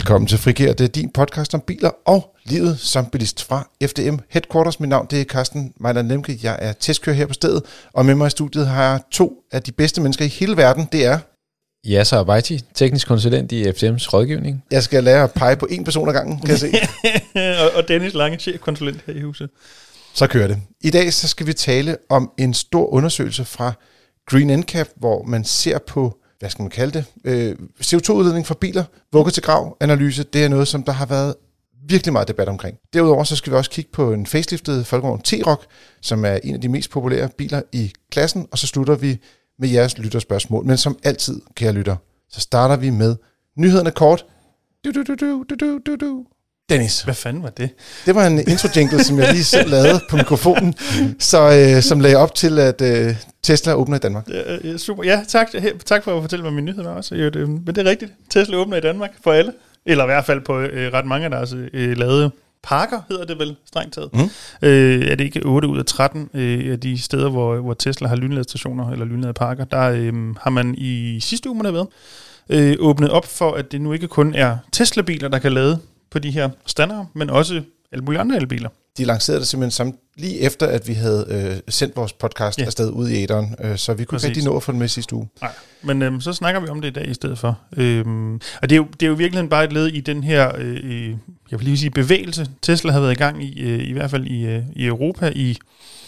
Velkommen til Frigir. Det er din podcast om biler og livet som bilist fra FDM Headquarters. Mit navn det er Carsten Mejland Lemke. Jeg er testkører her på stedet, og med mig i studiet har jeg to af de bedste mennesker i hele verden. Det er Yasser Abaiti, teknisk konsulent i FDM's rådgivning. Jeg skal lære at pege på en person ad gangen, kan jeg se. og Dennis Lange, chefkonsulent her i huset. Så kører det. I dag så skal vi tale om en stor undersøgelse fra Green NCAP, hvor man ser på, hvad skal man kalde det, CO2-udledning fra biler, vugge til grav analyse. Det er noget, som der har været virkelig meget debat omkring. Derudover så skal vi også kigge på en faceliftet Folkevogn T-Roc, som er en af de mest populære biler i klassen, og så slutter vi med jeres lytterspørgsmål. Men som altid, kære lytter, så starter vi med nyhederne kort. Dennis. Hvad fanden var det? Det var en intro-jingle, som jeg lige selv lavede på mikrofonen, så, som lagde op til, at Tesla åbner i Danmark. Super. Ja, tak for at fortælle mig min nyhed også. Men det er rigtigt. Tesla åbner i Danmark for alle. Eller i hvert fald på ret mange af deres lavede parker, hedder det vel strengt taget. Er det ikke 8 ud af 13 af de steder, hvor Tesla har lynladestationer eller lynladeparker? Der har man i sidste uge, man har været, åbnet op for, at det nu ikke kun er Tesla-biler, der kan lade på de her standarder, men også alle mulige andre elbiler. De lancerede det simpelthen lige efter, at vi havde sendt vores podcast afsted ud i æteren, så vi kunne ikke rigtig nå at få den med sidste uge. Nej, men så snakker vi om det i dag i stedet for. Og det er jo virkelig bare et led i den her, jeg vil lige sige, bevægelse, Tesla har været i gang i hvert fald i Europa i...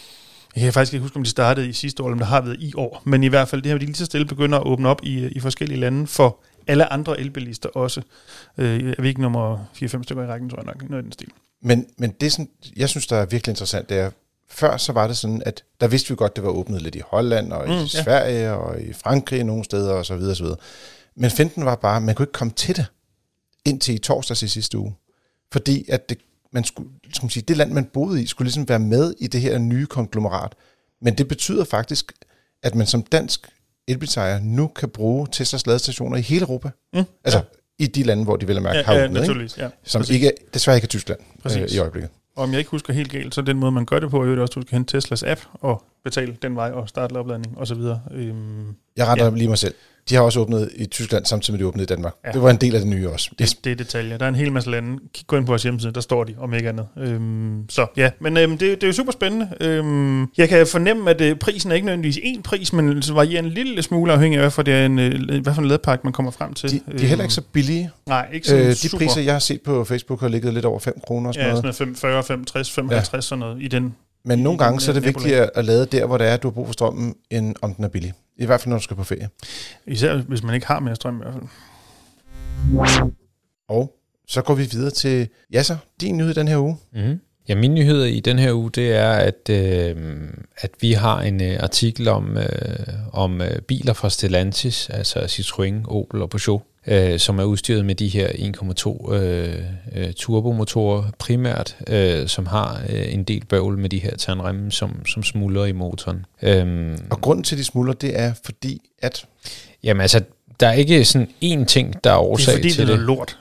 Jeg kan faktisk ikke huske, om de startede i sidste år, eller om der har været i år, men i hvert fald det her, de lige så stille begynder at åbne op i forskellige lande for alle andre elbilister også. Jeg ved ikke nummer 4-5 stykker i rækken, tror jeg nok, noget i den stil. Men det, sådan, jeg synes, der er virkelig interessant, det er, før så var det sådan, at der vidste vi godt, det var åbnet lidt i Holland, og i Sverige, og i Frankrig nogle steder, og så videre, og så videre. Men finten var bare, man kunne ikke komme til det, indtil i torsdags i sidste uge. Fordi at man skulle sige, det land, man boede i, skulle ligesom være med i det her nye konglomerat. Men det betyder faktisk, at man som dansk elbilsejer nu kan bruge Teslas ladestationer i hele Europa. Altså i de lande, hvor de vil have mærke har åbnet, som ikke, desværre ikke er Tyskland i øjeblikket. Og om jeg ikke husker helt galt, så den måde, man gør det på, er jo også, at du skal hente Teslas app og betale den vej og starte opladning osv. Jeg retter lige mig selv. De har også åbnet i Tyskland, samtidig med de åbnede i Danmark. Ja. Det var en del af det nye også. Det er detaljer. Der er en hel masse lande. Gå ind på vores hjemmeside, der står de, om ikke andet. Så ja, men det er jo super spændende. Jeg kan fornemme, at prisen er ikke nødvendigvis én pris, men varierer en lille smule afhængig af, hvad det er hvad for en ladpakke, man kommer frem til. De er heller ikke så billige. Nej, ikke så super. De priser, jeg har set på Facebook, har ligget lidt over 5 kroner. Ja, sådan noget 40, 65, 55, sådan noget i den. Men nogle gange så er det vigtigt at lade der, hvor det er, at du har brug for strømmen, end om den er billig. I hvert fald, når du skal på ferie. Især hvis man ikke har mere strøm i hvert fald. Og så går vi videre til Yasser, din nyhed den her uge. Mm-hmm. Ja, min nyhed i den her uge, det er, at vi har en artikel om biler fra Stellantis, altså Citroën, Opel og Peugeot, som er udstyret med de her 1,2 turbomotorer primært, som har en del bøvl med de her tandremme, som smuldrer i motoren. Og grunden til, de smuldrer, det er fordi, at... Jamen altså, der er ikke sådan én ting, der er årsag til det. Det er fordi, det er lort.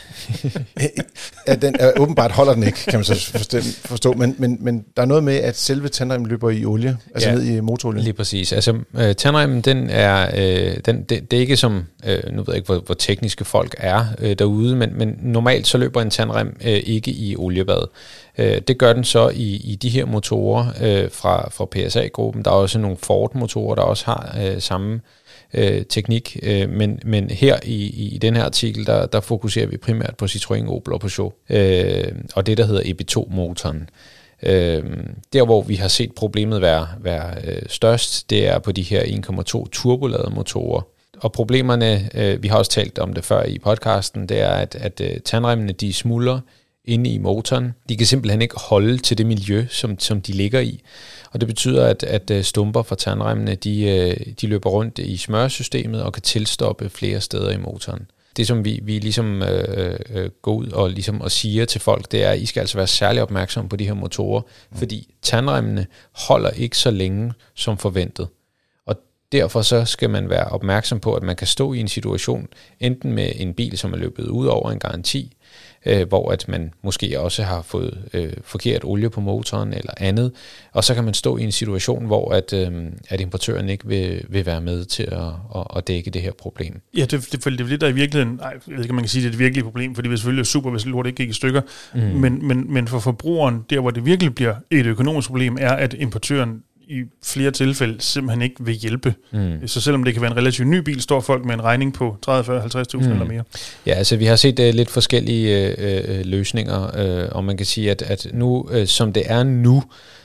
Ja, den åbenbart holder den ikke, kan man så forstå. Men der er noget med, at selve tandremmen løber i olie, altså ned i motorolien. Lige præcis. Altså tandremmen, den er, det er ikke som, nu ved jeg ikke, hvor tekniske folk er derude, men normalt så løber en tandrem ikke i oliebad. Det gør den så i de her motorer fra PSA-gruppen. Der er også nogle Ford-motorer, der også har samme teknik, men her i den her artikel, der fokuserer vi primært på Citroën, Opel og Peugeot, og det, der hedder EB2-motoren. Der, hvor vi har set problemet være størst, det er på de her 1,2 turboladede motorer. Og problemerne, vi har også talt om det før i podcasten, det er, at tandremmene, de smuldrer inde i motoren. De kan simpelthen ikke holde til det miljø, som de ligger i. Og det betyder, at stumper fra tandremmene, de løber rundt i smørsystemet og kan tilstoppe flere steder i motoren. Det, som vi ligesom går ud og, ligesom, og siger til folk, det er, at I skal altså være særlig opmærksomme på de her motorer, fordi tandremmene holder ikke så længe som forventet. Og derfor så skal man være opmærksom på, at man kan stå i en situation, enten med en bil, som er løbet ud over en garanti, hvor at man måske også har fået forkert olie på motoren eller andet, og så kan man stå i en situation, hvor at importøren ikke vil være med til at dække det her problem. Ja, det er det, der i virkeligheden, jeg ved ikke, om man kan sige, det er et virkeligt problem, for det vil selvfølgelig være super, hvis lortet ikke gik i stykker, men for forbrugeren, der hvor det virkelig bliver et økonomisk problem, er, at importøren i flere tilfælde simpelthen ikke vil hjælpe. Så selvom det kan være en relativt ny bil, står folk med en regning på 30, 40, 50.000 eller mere. Ja, altså vi har set lidt forskellige løsninger, og man kan sige, at nu, som det er nu,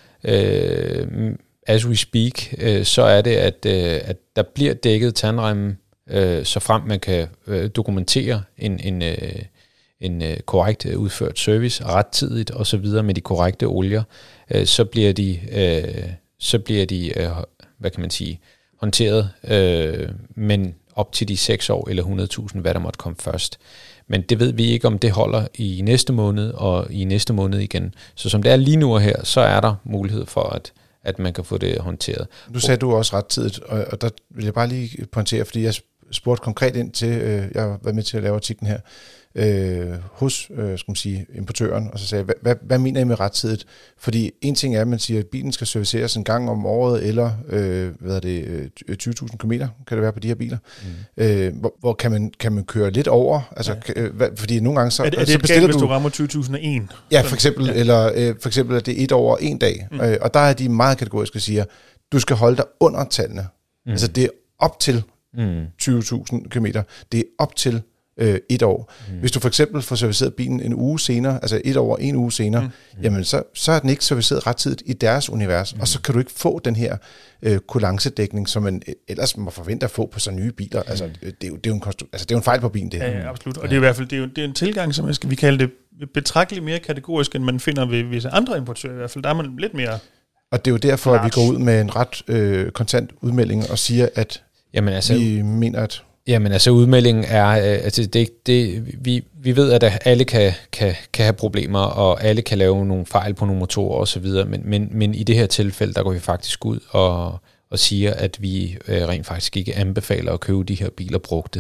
as we speak, så er det, at der bliver dækket tandremmen, så frem man kan dokumentere en korrekt udført service rettidigt og så videre med de korrekte olier, så bliver de, hvad kan man sige, håndteret, men op til de 6 år eller 100.000, hvad der måtte komme først. Men det ved vi ikke, om det holder i næste måned og i næste måned igen. Så som det er lige nu og her, så er der mulighed for, at man kan få det håndteret. Nu sagde du også rettidigt, og der vil jeg bare lige pointere, fordi jeg spurgte konkret ind til, jeg har været med til at lave artiklen her, hos skal man sige, importøren, og så sagde jeg, hvad mener I med rettidigt? Fordi en ting er, at man siger, at bilen skal serviceres en gang om året, eller 20.000 km, kan det være på de her biler. Hvor kan man køre lidt over? Altså, fordi nogle gange så... Er det så bestiller hvis du rammer 2001? Ja, for eksempel, eller for eksempel, at det er 1 over 1 dag. Og der er de meget kategoriske og siger, du skal holde dig under tallene. Altså, det er op til 20.000 km. Det er op til 1 år. Hvis du for eksempel får serviceret bilen en uge senere, altså 1 over 1 uge senere, jamen så er den ikke serviceret rettidigt i deres univers, og så kan du ikke få den her kulancedækning, som man ellers må forvente at få på så nye biler. Altså, det er jo en fejl på bilen, det. Ja, absolut. Og det er i hvert fald det er en tilgang, som vi kalde det betragteligt mere kategorisk, end man finder ved visse andre importører. I hvert fald der er man lidt mere... Og det er jo derfor, at vi går ud med en ret kontant udmelding og siger, at vi mener, at... Jamen altså udmeldingen er, vi ved, at alle kan have problemer, og alle kan lave nogle fejl på nogle motorer og så videre, men i det her tilfælde, der går vi faktisk ud og siger, at vi rent faktisk ikke anbefaler at købe de her biler brugte.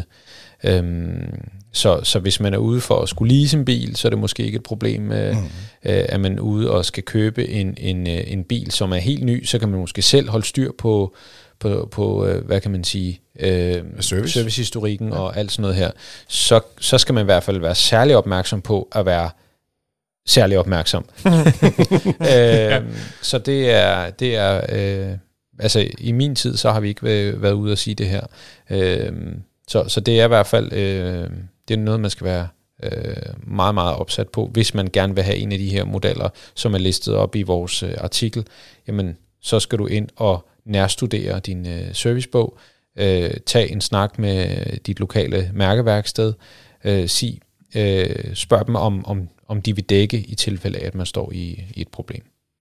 Så hvis man er ude for at skulle lease en bil, så er det måske ikke et problem. Er man ude og skal købe en bil, som er helt ny, så kan man måske selv holde styr på hvad kan man sige, servicehistorikken og alt sådan noget her, så skal man i hvert fald være særlig opmærksom på at være særlig opmærksom. Så det er altså i min tid, så har vi ikke været ude at sige det her. Så det er i hvert fald, det er noget, man skal være meget, meget opsat på, hvis man gerne vil have en af de her modeller, som er listet op i vores artikel, jamen så skal du ind og nærstudere din servicebog, tag en snak med dit lokale mærkeværksted, spørg dem om de vil dække i tilfælde af, at man står i et problem.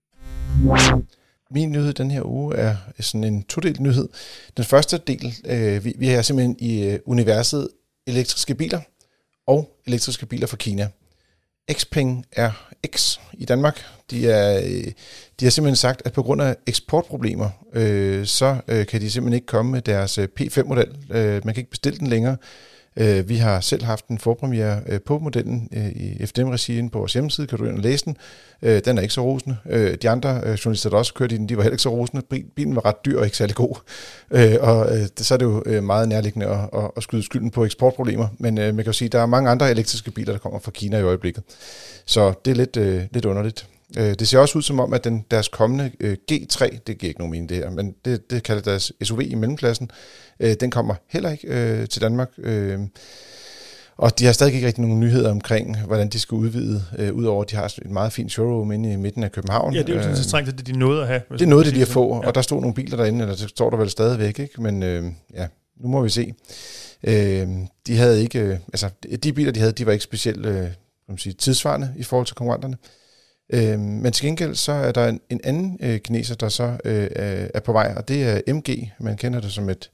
Min nyhed den her uge er sådan en todelt nyhed. Den første del, vi er simpelthen i universet elektriske biler og elektriske biler fra Kina. Xpeng RX i Danmark, de har simpelthen sagt, at på grund af eksportproblemer, så kan de simpelthen ikke komme med deres P5-model. Man kan ikke bestille den længere. Vi har selv haft en forpremiere på modellen i FDM-regien på vores hjemmeside. Kan du ind og læse den? Den er ikke så rosende. De andre journalister, der også kørte i den, de var heller ikke så rosende. Bilen var ret dyr og ikke særlig god. Så er det jo meget nærliggende at skyde skylden på eksportproblemer. Men man kan jo sige, at der er mange andre elektriske biler, der kommer fra Kina i øjeblikket. Så det er lidt underligt. Det ser også ud som om, at deres kommende G3, det giver ikke nogen mening det her, men det kalder deres SUV i mellemklassen, den kommer heller ikke til Danmark. Og de har stadig ikke rigtig nogen nyheder omkring, hvordan de skal udvide, udover at de har et meget fint showroom inde i midten af København. Ja, det er jo sådan så strengt, at de nåede at have. Det er noget, de har få, og der stod nogle biler derinde, eller det står der vel stadigvæk, ikke? Men nu må vi se. De havde ikke, de biler, de havde, de var ikke specielt tidsvarende i forhold til konkurrenterne. Men til gengæld så er der en anden kineser, der så er på vej, og det er MG. Man kender det som et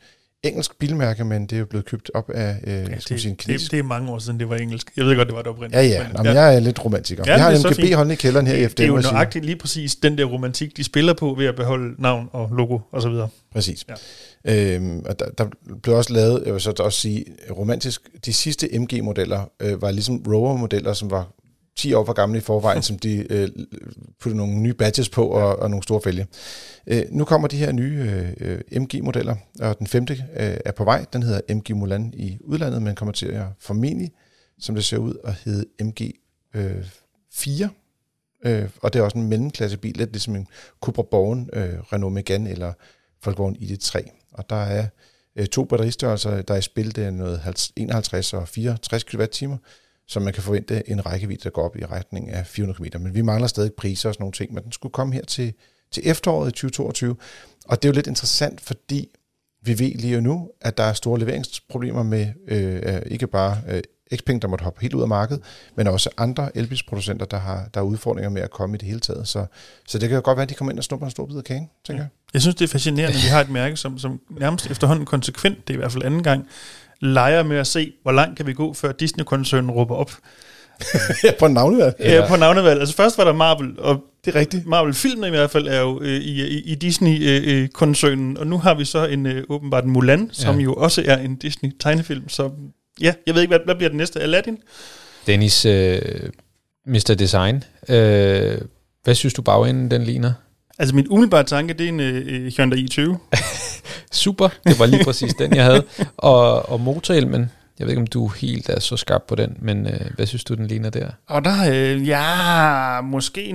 engelsk bilmærke, men det er jo blevet købt op af det er mange år siden, det var engelsk. Jeg ved godt, det var det oprindeligt. Ja. Men jeg er lidt romantiker. Ja, jeg har en MGB holdende i kælderen her efter. Det er jo nøjagtigt lige præcis den der romantik, de spiller på ved at beholde navn og logo og så videre. Præcis. Ja. Og der blev også lavet, jeg vil så også sige, romantisk. De sidste MG-modeller var ligesom Rover-modeller, som var 10 år for gamle i forvejen, som de puttede nogle nye badges på og nogle store fælge. Nu kommer de her nye MG-modeller, og den 5. er på vej. Den hedder MG Mulan i udlandet, men kommer til at formentlig, som det ser ud, at hedde MG 4. Og det er også en mellemklassebil, lidt ligesom en Cupra Born, Renault Megane eller Volkswagen ID3. Og der er 2 batteristørrelser, der er i spil. Det er noget 51 og 64 kWh, så man kan forvente en rækkevidde, der går op i retning af 400 km. Men vi mangler stadig priser og sådan nogle ting, men den skulle komme her til efteråret i 2022. Og det er jo lidt interessant, fordi vi ved lige nu, at der er store leveringsproblemer med ikke bare Xpeng, der måtte hoppe helt ud af markedet, men også andre elbilsproducenter, der har udfordringer med at komme i det hele taget. Så det kan jo godt være, at de kommer ind og snupper en stor bid af kagen, tænker jeg. Jeg synes, det er fascinerende, at vi har et mærke, som nærmest efterhånden konsekvent, det er i hvert fald anden gang, leger med at se, hvor langt kan vi gå, før Disney-koncernen råber op. Ja, på navnevalg. Ja, på navnevalg. Altså først var der Marvel, og det er rigtigt. Marvel-filmen i hvert fald er jo i Disney-koncernen, og nu har vi så åbenbart en Mulan, som jo også er en Disney-tegnefilm. Så ja, jeg ved ikke, hvad bliver det næste? Aladdin? Dennis, Mr. Design. Hvad synes du bagenden, den ligner? Altså min umiddelbare tanke, det er en Hyundai i20. Super, det var lige præcis den, jeg havde. Og motorhjelmen, jeg ved ikke, om du helt er så skarp på den, men hvad synes du, den ligner der? Og der måske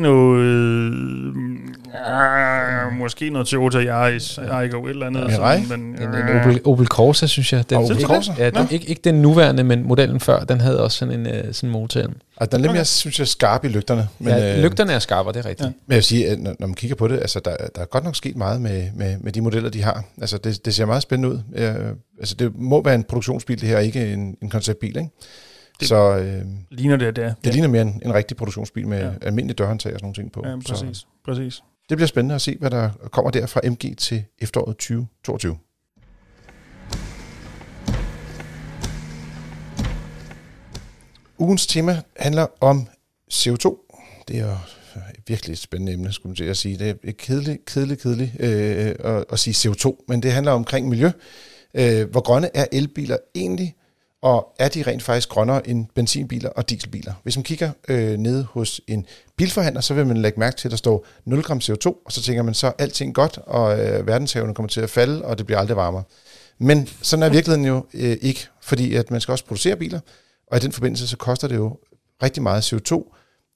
noget Toyota Yaris, Aygo et eller andet. En Opel Corsa, synes jeg. Opel Corsa? Ja, ikke den nuværende, men modellen før, den havde også sådan en motorhjelm. Og den er lidt mere, synes jeg, skarp i lygterne. Men, lygterne er skarpe, det er rigtigt. Ja. Men jeg vil sige, at når man kigger på det, altså der er godt nok sket meget med de modeller, de har. Altså det ser meget spændende ud. Altså det må være en produktionsbil, det her, ikke en konceptbil, ikke? Ligner det. Det ligner mere en rigtig produktionsbil med almindelig dørhåndtag og sådan nogle ting på. Ja, præcis. Det bliver spændende at se, hvad der kommer der fra MG til efteråret 2022. Ugens tema handler om CO2. Det er jo virkelig et spændende emne, skulle man til at sige. Det er kedeligt at sige CO2, men det handler omkring miljø. Hvor grønne er elbiler egentlig, og er de rent faktisk grønnere end benzinbiler og dieselbiler? Hvis man kigger nede hos en bilforhandler, så vil man lægge mærke til, at der står 0 gram CO2, og så tænker man så, alting godt, og verdenshavene kommer til at falde, og det bliver aldrig varmere. Men sådan er virkeligheden jo ikke, fordi at man skal også producere biler, og i den forbindelse så koster det jo rigtig meget CO2,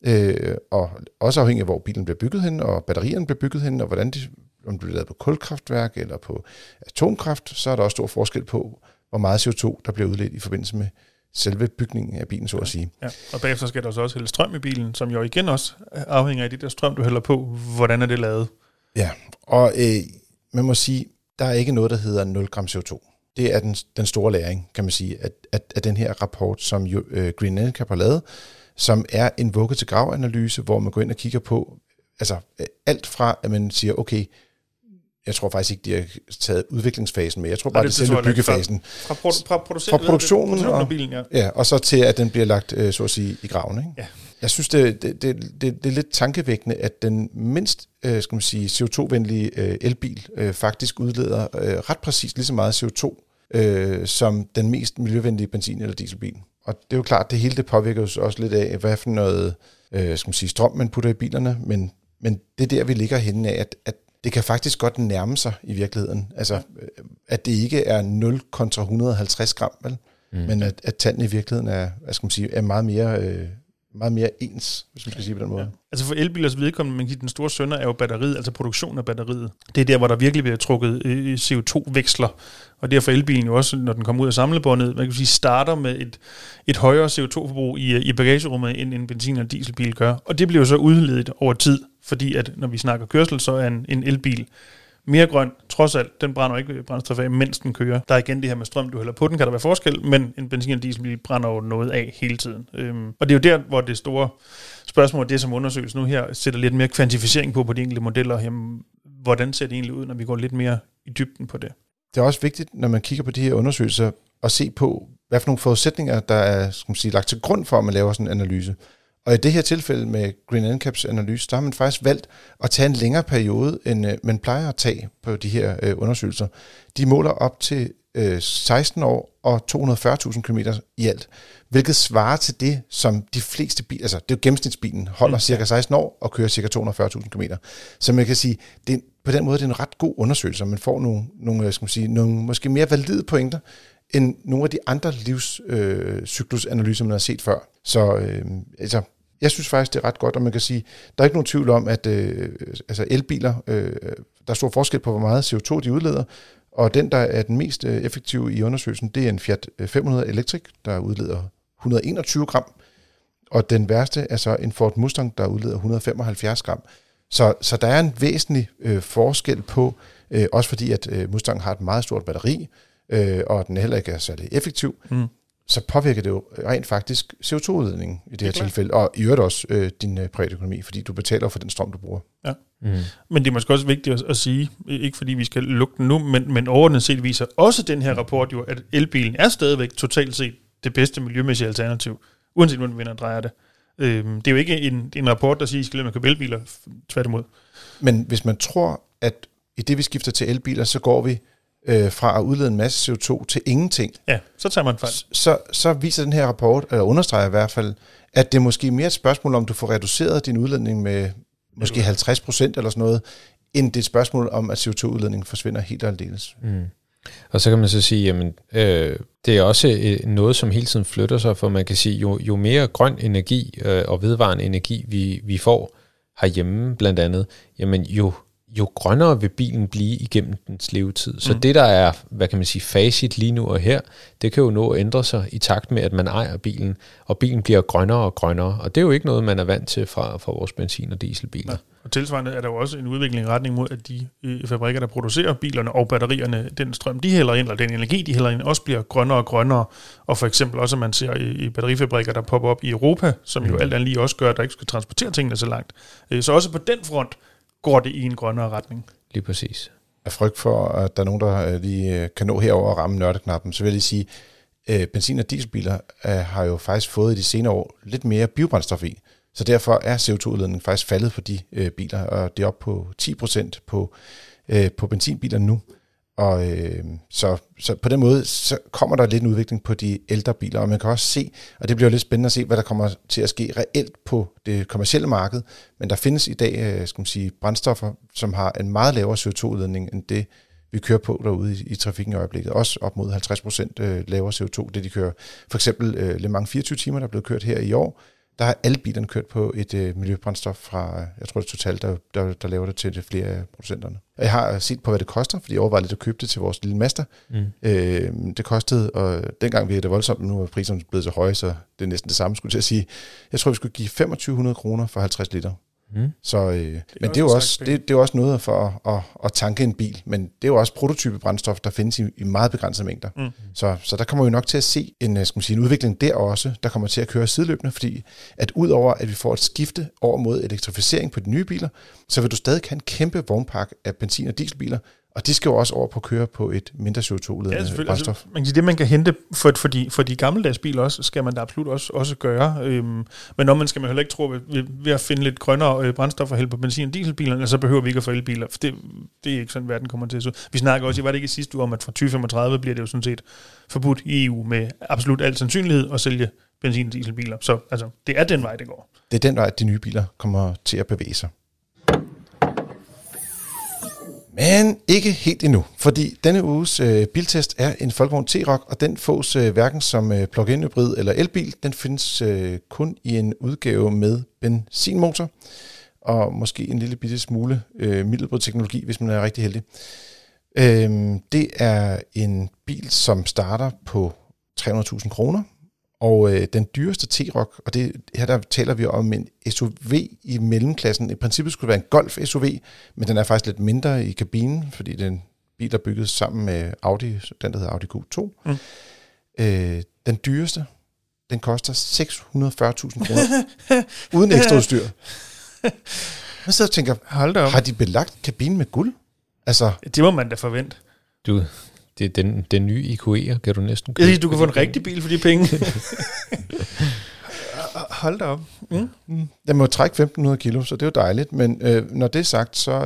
og også afhængig af, hvor bilen bliver bygget hen, og batterierne bliver bygget hen, og hvordan om det bliver lavet på kulkraftværk eller på atomkraft, så er der også stor forskel på, hvor meget CO2, der bliver udledt i forbindelse med selve bygningen af bilen, så at sige. Ja. Og bagefter skal der så også hælde strøm i bilen, som jo igen også afhænger af det der strøm, du hælder på. Hvordan er det lavet? Ja, og man må sige, der er ikke noget, der hedder 0 gram CO2. Det er den store læring, kan man sige, at den her rapport, som Green Energy har lavet, som er en vugge til grav-analyse, hvor man går ind og kigger på, altså alt fra, at man siger, okay, jeg tror faktisk ikke, de har taget udviklingsfasen med. Jeg tror bare, det er selve byggefasen. Fra produktionen af bilen, ja. Og så til, at den bliver lagt, så at sige, i graven. Ikke? Ja. Jeg synes, det er lidt tankevækkende, at den mindst skal man sige, CO2-venlige elbil faktisk udleder ret præcis lige så meget CO2, som den mest miljøvenlige benzin- eller dieselbil. Og det er jo klart, det hele det påvirker jo også lidt af, hvad for noget skal man sige, strøm man putter i bilerne, men det er der, vi ligger henne af, at det kan faktisk godt nærme sig i virkeligheden. Altså, at det ikke er 0 kontra 150 gram, vel? Men at tallene i virkeligheden er, hvad skal man sige, er meget mere ens, hvis man skal sige på den måde. Ja. Altså for elbilers vedkommende, man kan sige, den store sønder er jo batteriet, altså produktionen af batteriet. Det er der, hvor der virkelig bliver trukket CO2-veksler. Og derfor elbilen jo også, når den kommer ud af samlebåndet, man kan sige, starter med et højere CO2-forbrug i bagagerummet, end en benzin- og dieselbil gør. Og det bliver jo så udledet over tid, fordi at når vi snakker kørsel, så er en elbil mere grøn, trods alt, den brænder ikke brændstof af, mens den kører. Der er igen det her med strøm, du hælder på den, kan der være forskel, men en benzin- og dieselbil brænder jo noget af hele tiden. Og det er jo der, hvor det store spørgsmål, det som undersøges nu her, sætter lidt mere kvantificering på de enkelte modeller. Jamen, hvordan ser det egentlig ud, når vi går lidt mere i dybden på det? det er også vigtigt, når man kigger på de her undersøgelser, at se på, hvad for nogle forudsætninger, der er lagt til grund for, at man laver sådan en analyse. Og i det her tilfælde med Green NCAPs analyse, der har man faktisk valgt at tage en længere periode, end man plejer at tage på de her undersøgelser. De måler op til 16 år og 240.000 km i alt, hvilket svarer til det, som de fleste biler, altså det er jo gennemsnitsbilen, holder cirka 16 år og kører cirka 240.000 km. Så man kan sige, på den måde det er en ret god undersøgelse, man får nogle måske mere valide pointer, end nogle af de andre livscyklusanalyser, man har set før. Så jeg synes faktisk, det er ret godt, og man kan sige, der er ikke nogen tvivl om, at elbiler, der er stor forskel på, hvor meget CO2 de udleder, og den, der er den mest effektive i undersøgelsen, det er en Fiat 500 Electric, der udleder 121 gram, og den værste er så en Ford Mustang, der udleder 175 gram. Så der er en væsentlig forskel på, også fordi at Mustang har et meget stort batteri, og den heller ikke er særlig effektiv, så påvirker det jo rent faktisk CO2-udledningen i det her tilfælde, og i øvrigt også din privatøkonomi, fordi du betaler for den strøm, du bruger. Ja. Men det er måske også vigtigt at sige, ikke fordi vi skal lukke den nu, men overordnet set viser også den her rapport jo, at elbilen er stadigvæk totalt set det bedste miljømæssige alternativ, uanset hvordan vi vinder og drejer det. Det er jo ikke en rapport, der siger, at I skal lade med at købe elbiler, tværtimod. Men hvis man tror, at i det vi skifter til elbiler, så går vi fra at udlede en masse CO2 til ingenting. Ja, så tager man fejl. Så viser den her rapport, eller understreger i hvert fald, at det er måske mere et spørgsmål, om du får reduceret din udledning med måske 50% eller sådan noget, end det er et spørgsmål om, at CO2-udledningen forsvinder helt og aldeles. Og så kan man så sige, jamen, det er også noget, som hele tiden flytter sig, for man kan sige, jo mere grøn energi og vedvarende energi vi får herhjemme blandt andet, jamen jo grønnere vil bilen blive igennem dens levetid. Så det, der er, hvad kan man sige, facit lige nu og her, det kan jo nå at ændre sig i takt med, at man ejer bilen, og bilen bliver grønnere og grønnere. Og det er jo ikke noget, man er vant til fra vores benzin- og dieselbiler. Ja. Og tilsvarende er der jo også en udvikling i retning mod, at de fabrikker, der producerer bilerne og batterierne, den strøm, de hælder ind, eller den energi, de hælder ind, også bliver grønnere og grønnere. Og for eksempel også, man ser i batterifabrikker, der popper op i Europa, som jo alt andet lige også gør, at der ikke skal transportere tingene så langt. Så også på den front går det i en grønnere retning. Lige præcis. Af frygt for, at der er nogen, der lige kan nå herover og ramme nørdeknappen, så vil jeg lige sige, benzin- og dieselbiler har jo faktisk fået i de senere år lidt mere biobrændstof i. Så derfor er CO2-udledningen faktisk faldet på de biler, og det er op på 10% på benzinbiler nu. Og så på den måde, så kommer der lidt en udvikling på de ældre biler, og man kan også se, og det bliver jo lidt spændende at se, hvad der kommer til at ske reelt på det kommercielle marked, men der findes i dag, brændstoffer, som har en meget lavere CO2-udledning end det, vi kører på derude i trafikken i øjeblikket. Også op mod 50% lavere CO2, det de kører. For eksempel Le Mans 24 timer, der er blevet kørt her i år, der har alle bilerne kørt på et miljøbrændstof fra, jeg tror det er Total, der laver det til flere af producenterne. Jeg har set på, hvad det koster, fordi jeg overvejede lidt at købe det til vores lille Mazda. Det kostede, og dengang virkede det voldsomt, nu er priserne blevet så høje, så det er næsten det samme, skulle jeg sige. Jeg tror, vi skulle give 2.500 kroner for 50 liter. Så, men det er jo også noget for at tanke en bil, men det er jo også prototype brændstof, der findes i meget begrænsede mængder. Så der kommer jo nok til at se en udvikling der også, der kommer til at køre sideløbende, fordi at udover at vi får et skifte over mod elektrificering på de nye biler, så vil du stadig have en kæmpe vognpark af benzin- og dieselbiler, og de skal jo også over på at køre på et mindre CO2-udledende brændstof. Altså, man kan sige, det man kan hente for de gammeldags biler også, skal man da absolut også gøre. Men når man skal man heller ikke tro, ved at finde lidt grønnere brændstoffer helt på benzin- og dieselbilerne, så behøver vi ikke at få elbiler, for det er ikke sådan, verden kommer til at se ud. Vi snakker også, var det ikke i sidste uge om, at fra 2035 bliver det jo sådan set forbudt i EU med absolut al sandsynlighed at sælge benzin- og dieselbiler. Så altså, det er den vej, det går. Det er den vej, at de nye biler kommer til at bevæge sig. Men ikke helt endnu, fordi denne uges biltest er en Volkswagen T-Roc, og den fås hverken som plug-in hybrid eller elbil. Den findes kun i en udgave med benzinmotor, og måske en lille bitte smule middelbrødteknologi, hvis man er rigtig heldig. Det er en bil, som starter på 300.000 kroner, og den dyreste T-Roc, og det her der taler vi om en SUV i mellemklassen. I princippet skulle det være en Golf SUV, men den er faktisk lidt mindre i kabinen, fordi det er en bil, der er bygget sammen med Audi, den der hedder Audi Q2. Den dyreste, den koster 640.000 kroner, uden ekstra udstyr. Jeg sidder og tænker, har de belagt kabinen med guld? Altså, det må man da forvente. Det er den nye IQE'er, kan du næsten købe. Du kan få en rigtig bil for de penge. Hold da op. Den må trække 1.500 kilo, så det er jo dejligt. Men når det er sagt, så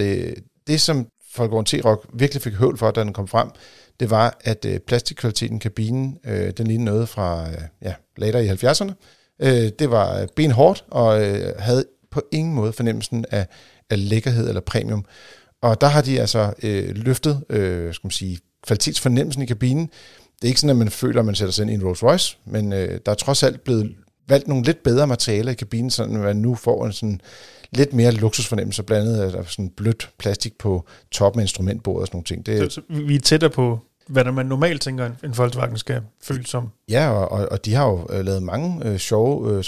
det som Volkswagen T-Roc virkelig fik høvl for, da den kom frem, det var, at plastikkvaliteten i kabinen, den lignede noget fra later i 70'erne. Det var benhårdt og havde på ingen måde fornemmelsen af lækkerhed eller premium. Og der har de altså løftet kvalitetsfornemmelsen i kabinen. Det er ikke sådan, at man føler, at man sætter sig ind i en Rolls Royce, men der er trods alt blevet valgt nogle lidt bedre materialer i kabinen, så man nu får en sådan lidt mere luksusfornemmelse, blandt andet af sådan blødt plastik på toppen af instrumentbordet og sådan nogle ting. Så vi er tættere på, hvad man normalt tænker, en Volkswagen skal føles som. Ja, og de har jo lavet mange sjove,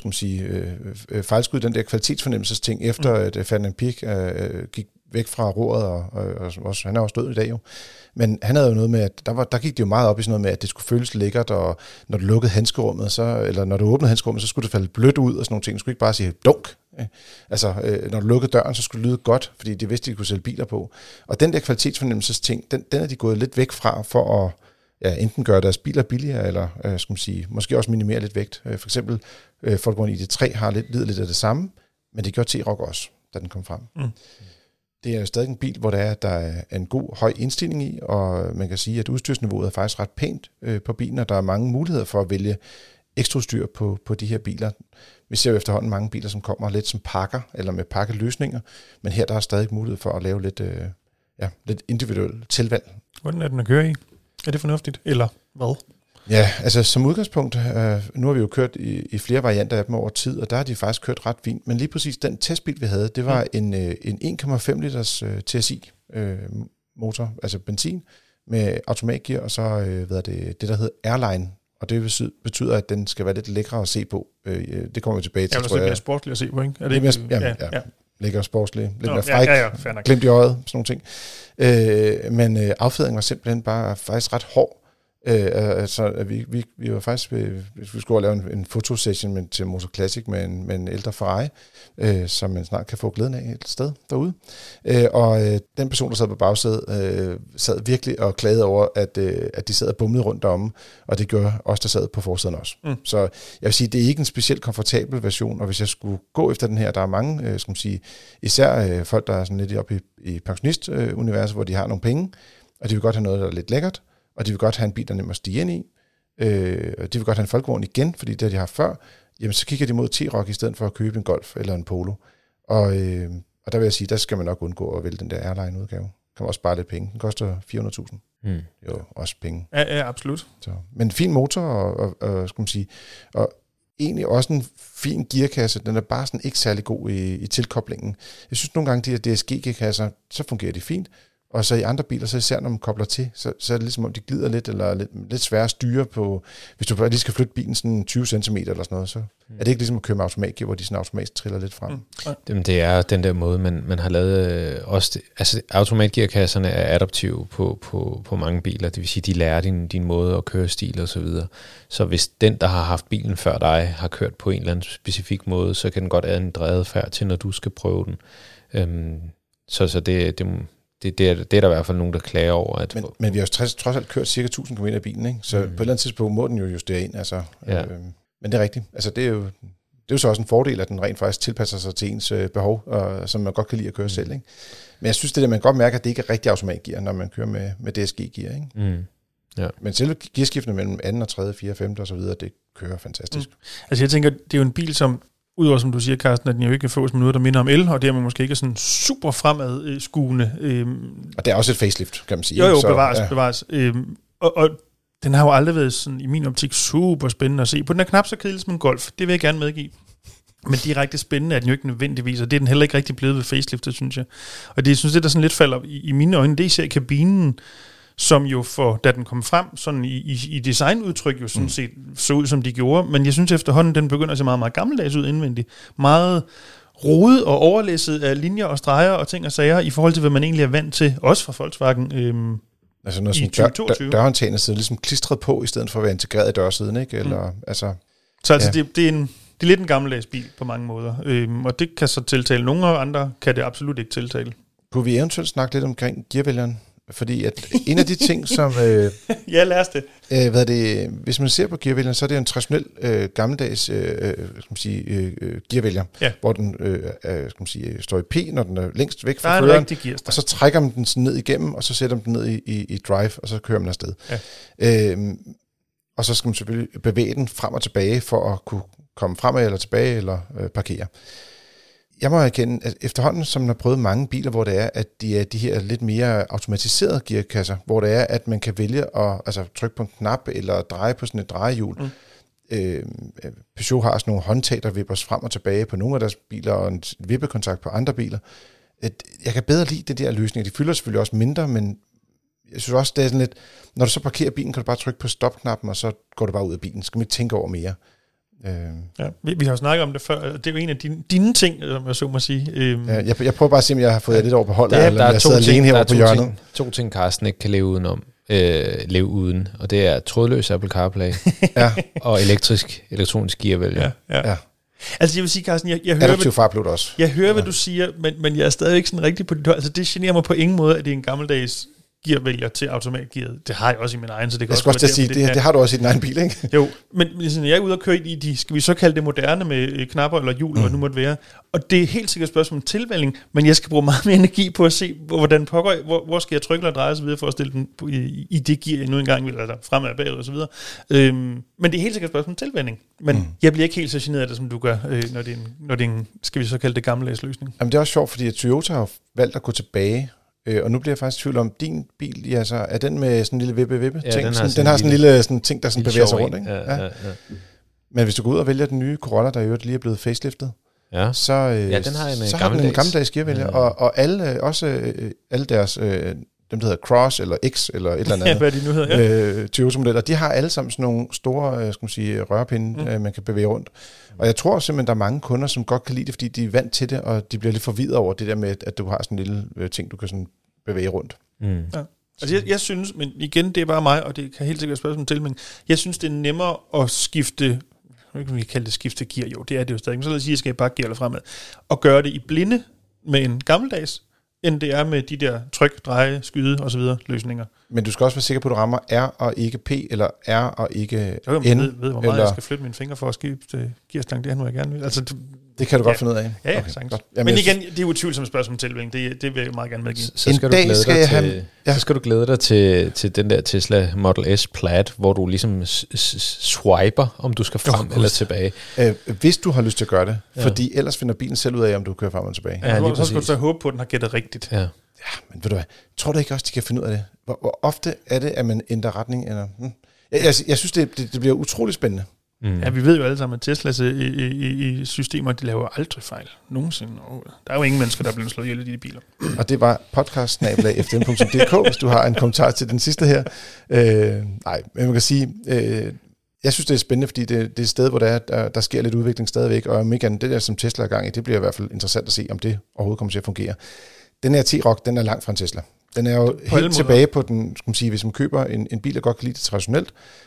fejlskud i den der kvalitetsfornemmelsesting, efter at Ferdinand Piëch gik væk fra roret, og også, han er også død i dag jo. Men han havde jo noget med, at der gik det jo meget op i sådan noget med, at det skulle føles lækkert, og når du lukkede handskerummet, eller når du åbnede handskerummet, så skulle det falde blødt ud og sådan nogle ting. Du skulle ikke bare sige dunk. Altså, når du lukkede døren, så skulle det lyde godt, fordi de vidste, de kunne sælge biler på. Og den der kvalitetsfornemmelsesting, den er de gået lidt væk fra, for at enten gøre deres biler billigere, eller måske også minimere lidt vægt. For eksempel, Volkswagen ID3 har lider lidt af det samme, men det gjorde T-Roc også, da den kom frem. Det er jo stadig en bil, hvor der er en god, høj indstilling i, og man kan sige, at udstyrsniveauet er faktisk ret pænt på bilen, og der er mange muligheder for at vælge ekstra udstyr på de her biler. Vi ser jo efterhånden mange biler, som kommer lidt som pakker, eller med pakkeløsninger, men her der er stadig mulighed for at lave lidt individuelt tilvalg. Hvordan er den at køre i? Er det fornuftigt, eller hvad? Ja, altså som udgangspunkt, nu har vi jo kørt i flere varianter af dem over tid, og der har de faktisk kørt ret fint, men lige præcis den testbil, vi havde, det var en 1,5 liters TSI motor, altså benzin, med automatgear, og så det der hedder Airline, og det betyder, at den skal være lidt lækre at se på. Det kommer vi tilbage til, tror jeg. Det er mere sportsligt at se på, ikke? Er det mere, lækker sportsligt, lidt mere fræk, glimt i øjet, sådan nogle ting. Men affjedringen var simpelthen bare faktisk ret hård. Så vi var faktisk vi skulle lave en fotosession til Motor Classic med en ældre Ferrari, som man snart kan få glæden af et sted derude. Og den person, der sad på bagsædet, sad virkelig og klagede over, at de sad og bumlede rundt deromme, og det gjorde os, der sad på forsiden også. Så jeg vil sige, det er ikke en specielt komfortabel version, og hvis jeg skulle gå efter den her, der er mange, især folk, der er sådan lidt oppe i pensionistuniverset, hvor de har nogle penge, og de vil godt have noget, der er lidt lækkert, og de vil godt have en bil, der er nem at stige ind i. De vil godt have en Volkswagen igen, fordi det har de haft før. Jamen, så kigger de mod T-Roc i stedet for at købe en Golf eller en Polo. Og der vil jeg sige, der skal man nok undgå at vælge den der Airline-udgave. Kan man også spare lidt penge. Den koster 400.000. Det er jo også penge. Ja, absolut. Så. Men en fin motor, og skal man sige, og egentlig også en fin gearkasse. Den er bare sådan ikke særlig god i tilkoblingen. Jeg synes nogle gange, de her DSG-gearkasser, så fungerer de fint. Og så i andre biler, så især når man kobler til, så er det ligesom om de glider lidt, eller lidt svære at styre på. Hvis du bare lige skal flytte bilen sådan 20 cm eller sådan noget, så er det ikke ligesom at køre med automatgear, hvor de sådan automatisk triller lidt frem. Det er den der måde, man har lavet også. Altså automatgearkasserne er adaptive på mange biler. Det vil sige, de lærer din måde at køre stil og så videre. Så hvis den, der har haft bilen før dig, har kørt på en eller anden specifik måde, så kan den godt ændre adfærd til, når du skal prøve den. Så det er der i hvert fald nogen, der klager over. Men vi har jo trods alt kørt cirka 1000 km i bilen, ikke? Så på et eller andet tidspunkt må den jo justere ind. Altså, men det er rigtigt. Altså, det er jo så også en fordel, at den rent faktisk tilpasser sig til ens behov, som man godt kan lide at køre selv. Ikke? Men jeg synes, det der, man godt mærker, at det ikke er rigtig automatgear, når man kører med DSG-gear. Ikke? Ja. Men selve gearskiftene mellem 2., 3., 4., 5. og så videre, det kører fantastisk. Altså jeg tænker, det er jo en bil, som udover, som du siger, Carsten, at den jo ikke kan fås med noget, der minder om el, og dermed måske ikke er sådan super fremadskuende. Og det er også et facelift, kan man sige. Jo, bevares. Og den har jo aldrig været sådan, i min optik, super spændende at se på. Den er knap så kedelig som en Golf, det vil jeg gerne medgive. Men direkte spændende er den jo ikke nødvendigvis, og det er den heller ikke rigtig blevet ved faceliftet, synes jeg. Og det synes jeg, der sådan lidt falder i mine øjne, det er især kabinen, som jo da den kom frem, sådan i designudtryk jo sådan set så ud, som de gjorde. Men jeg synes efterhånden, den begynder at se meget, meget gammeldags ud indvendigt. Meget rodet og overlæsset af linjer og streger og ting og sager, i forhold til, hvad man egentlig er vant til, også fra Volkswagen altså noget som dørhåndtagene sidder ligesom klistret på, i stedet for at være integreret i dørsiden, ikke? Eller, så altså, det er lidt en gammeldags bil på mange måder. Og det kan så tiltale nogle, og andre kan det absolut ikke tiltale. Kunne vi eventuelt snakke lidt omkring gearvælgeren? fordi at en af de ting, som... ja, lad os det. Hvis man ser på gearvælgeren, så er det en traditionel gammeldags gearvælger, hvor den står i P, når den er længst væk fra føreren, og så trækker man den sådan ned igennem, og så sætter man den ned i drive, og så kører man afsted. Ja. Og så skal man selvfølgelig bevæge den frem og tilbage, for at kunne komme fremad eller tilbage, eller parkere. Jeg må erkende, at efterhånden, som man har prøvet mange biler, hvor det er, at de er de her lidt mere automatiserede gearkasser, hvor det er, at man kan vælge at trykke på en knap, eller dreje på sådan et drejehjul. Peugeot har sådan nogle håndtag, der vipper frem og tilbage på nogle af deres biler, og en vippekontakt på andre biler. Jeg kan bedre lide det der løsninger. De fylder selvfølgelig også mindre, men jeg synes også, det er sådan lidt, når du så parkerer bilen, kan du bare trykke på stopknappen, og så går du bare ud af bilen. Skal man ikke tænke over mere. Ja, vi har jo snakket om det før. Det er jo en af dine ting, som jeg så må sige. Jeg prøver bare at se, om jeg har fået lidt over på holdet, eller jeg sidder alene herovre på hjørnet. To ting, Carsten ikke kan leve uden, og det er trådløs Apple CarPlay og elektronisk gearvælger. Ja. Altså jeg vil sige, Carsten, jeg hører, adaptiv farpilot også. Jeg hører, hvad du siger, men jeg er stadig ikke sådan rigtig på dit hold. Altså det generer mig på ingen måde, at det er en gammeldags gearvælger til automatgearet. Det har jeg også i min egen, så det kan også være sige, det har du også i din egen bil, ikke? Jo, men når jeg er ude og køre i de, skal vi så kalde det moderne med knapper eller hjul, hvad nu måtte være. Og det er helt sikkert et spørgsmål om tilvælgning, men jeg skal bruge meget mere energi på at se, hvordan hvor skal jeg trykke eller dreje så videre, for at stille den i det gear, jeg nu engang vil, eller fremad og bagud og så videre. Men det er helt sikkert et spørgsmål om tilvælning. Men jeg bliver ikke helt så generet af det, som du gør, når det er en, skal vi så kalde det gammeldags løsning. Jamen det er også sjovt, fordi Toyota har valgt at gå tilbage. Og nu bliver jeg faktisk i tvivl om, din bil, altså, er den med sådan en lille vippe-ting? Ja, den har sådan en lille sådan ting, der sådan bevæger sig rundt, ikke? Ja. Men hvis du går ud og vælger den nye Corolla, der jo lige er blevet faceliftet, så den har jeg med så har den en gammeldags gearvælger, og alle, også alle deres, dem der hedder Cross eller X eller et eller andet, hvad de nu hedder, Toyota-modeller, de har alle sammen sådan nogle store, skal man sige, rørpinde, man kan bevæge rundt. Og jeg tror simpelthen, der er mange kunder, som godt kan lide det, fordi de er vant til det, og de bliver lidt forvirret over det der med, at du har sådan en lille ting, du kan sådan bevæge rundt. Ja. Altså jeg synes, men igen, det er bare mig, og det kan helt sikkert spørgsmål til, men jeg synes, det er nemmere at skifte, jeg ved ikke, om vi kan kalde det skifte gear, jo, det er det jo stadig, men så lad os sige, at jeg skal bare gear eller fremad, og gøre det i blinde med en gammeldags, end det er med de der tryk, dreje, skyde og så videre løsninger. Men du skal også være sikker på, at du rammer R og ikke P, eller R og ikke N. Jeg ved, hvor meget jeg skal flytte mine fingre for at skifte gearstang, det er nu, jeg gerne vil. Altså, det kan du godt finde ud af. Ja, okay, sagtens. Men igen, det er jo tvivlsome spørgsmål om tilvælgning, det vil jeg meget gerne medgive. Så skal du glæde dig til den der Tesla Model S Plaid, hvor du ligesom swiper, om du skal frem eller tilbage. Hvis du har lyst til at gøre det, fordi ellers finder bilen selv ud af, om du kører frem og tilbage. Ja, så skal du så håbe på, at den har gættet rigtigt. Ja, men ved du hvad, tror du ikke også, de kan finde ud af det? Hvor ofte er det, at man ændrer retning? Eller, Jeg synes, det bliver utrolig spændende. Ja, vi ved jo alle sammen, at Teslas i systemer, de laver aldrig fejl. Nogensinde. Der er jo ingen mennesker, der er blevet slået ihjel i de biler. Og det var podcast@fdm.dk, hvis du har en kommentar til den sidste her. Nej, men man kan sige, jeg synes, det er spændende, fordi det er et sted, hvor der sker lidt udvikling stadigvæk, og om ikke andet, det der, som Tesla er gang i, det bliver i hvert fald interessant at se, om det overhovedet kommer til at fungere. Den her T-Roc, den er langt fra en Tesla. Den er jo på helt tilbage på den, skal man sige, hvis man køber en bil, der godt kan lide det traditionelt,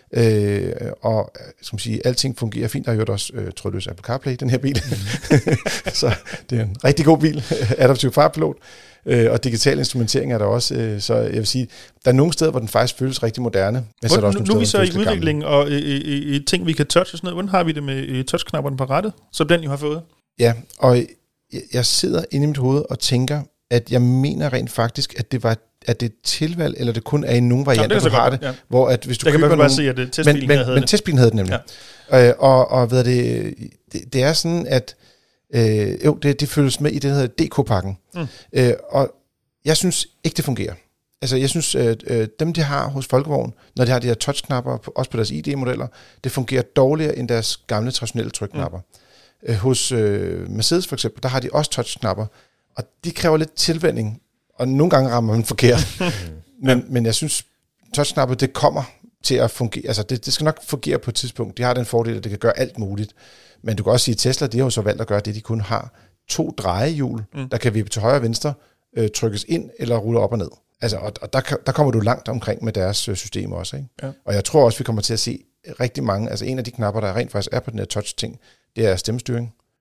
og skal man sige, alting fungerer fint. Der er jo også trådløs Apple CarPlay, den her bil. Så det er en rigtig god bil, adaptiv farpilot, og digital instrumentering er der også. Så jeg vil sige, der er nogle steder, hvor den faktisk føles rigtig moderne. Men så er der også nu er vi så i udvikling og i ting, vi kan touche og sådan noget. Hvordan har vi det med touchknapperne på rattet, som den jo har fået? Ja, og jeg sidder inde i mit hoved og tænker, at jeg mener rent faktisk, at det er tilvalg, eller det kun er i nogle varianter, du har det, hvor at hvis du køber nogle... Se, at men testbilen havde det nemlig. Ja. Og hvad det er sådan, at det følges med i det, der hedder DK-pakken. Og jeg synes ikke, det fungerer. Altså, jeg synes, dem, de har hos Folkevogn, når de har de her touchknapper, også på deres ID-modeller, det fungerer dårligere end deres gamle, traditionelle trykknapper. Hos Mercedes for eksempel, der har de også touchknapper, og de kræver lidt tilvænning, og nogle gange rammer man forkert. men jeg synes, touchknappet, det kommer til at fungere. Altså, det skal nok fungere på et tidspunkt. De har den fordel, at det kan gøre alt muligt. Men du kan også sige, at Tesla, de har jo så valgt at gøre det, de kun har 2 drejehjul, der kan vippe til højre og venstre, trykkes ind eller rulle op og ned. Altså, og der kommer du langt omkring med deres systemer også. Ikke? Ja. Og jeg tror også, vi kommer til at se rigtig mange, altså en af de knapper, der rent faktisk er på den her touch-ting, det er stemmestyring.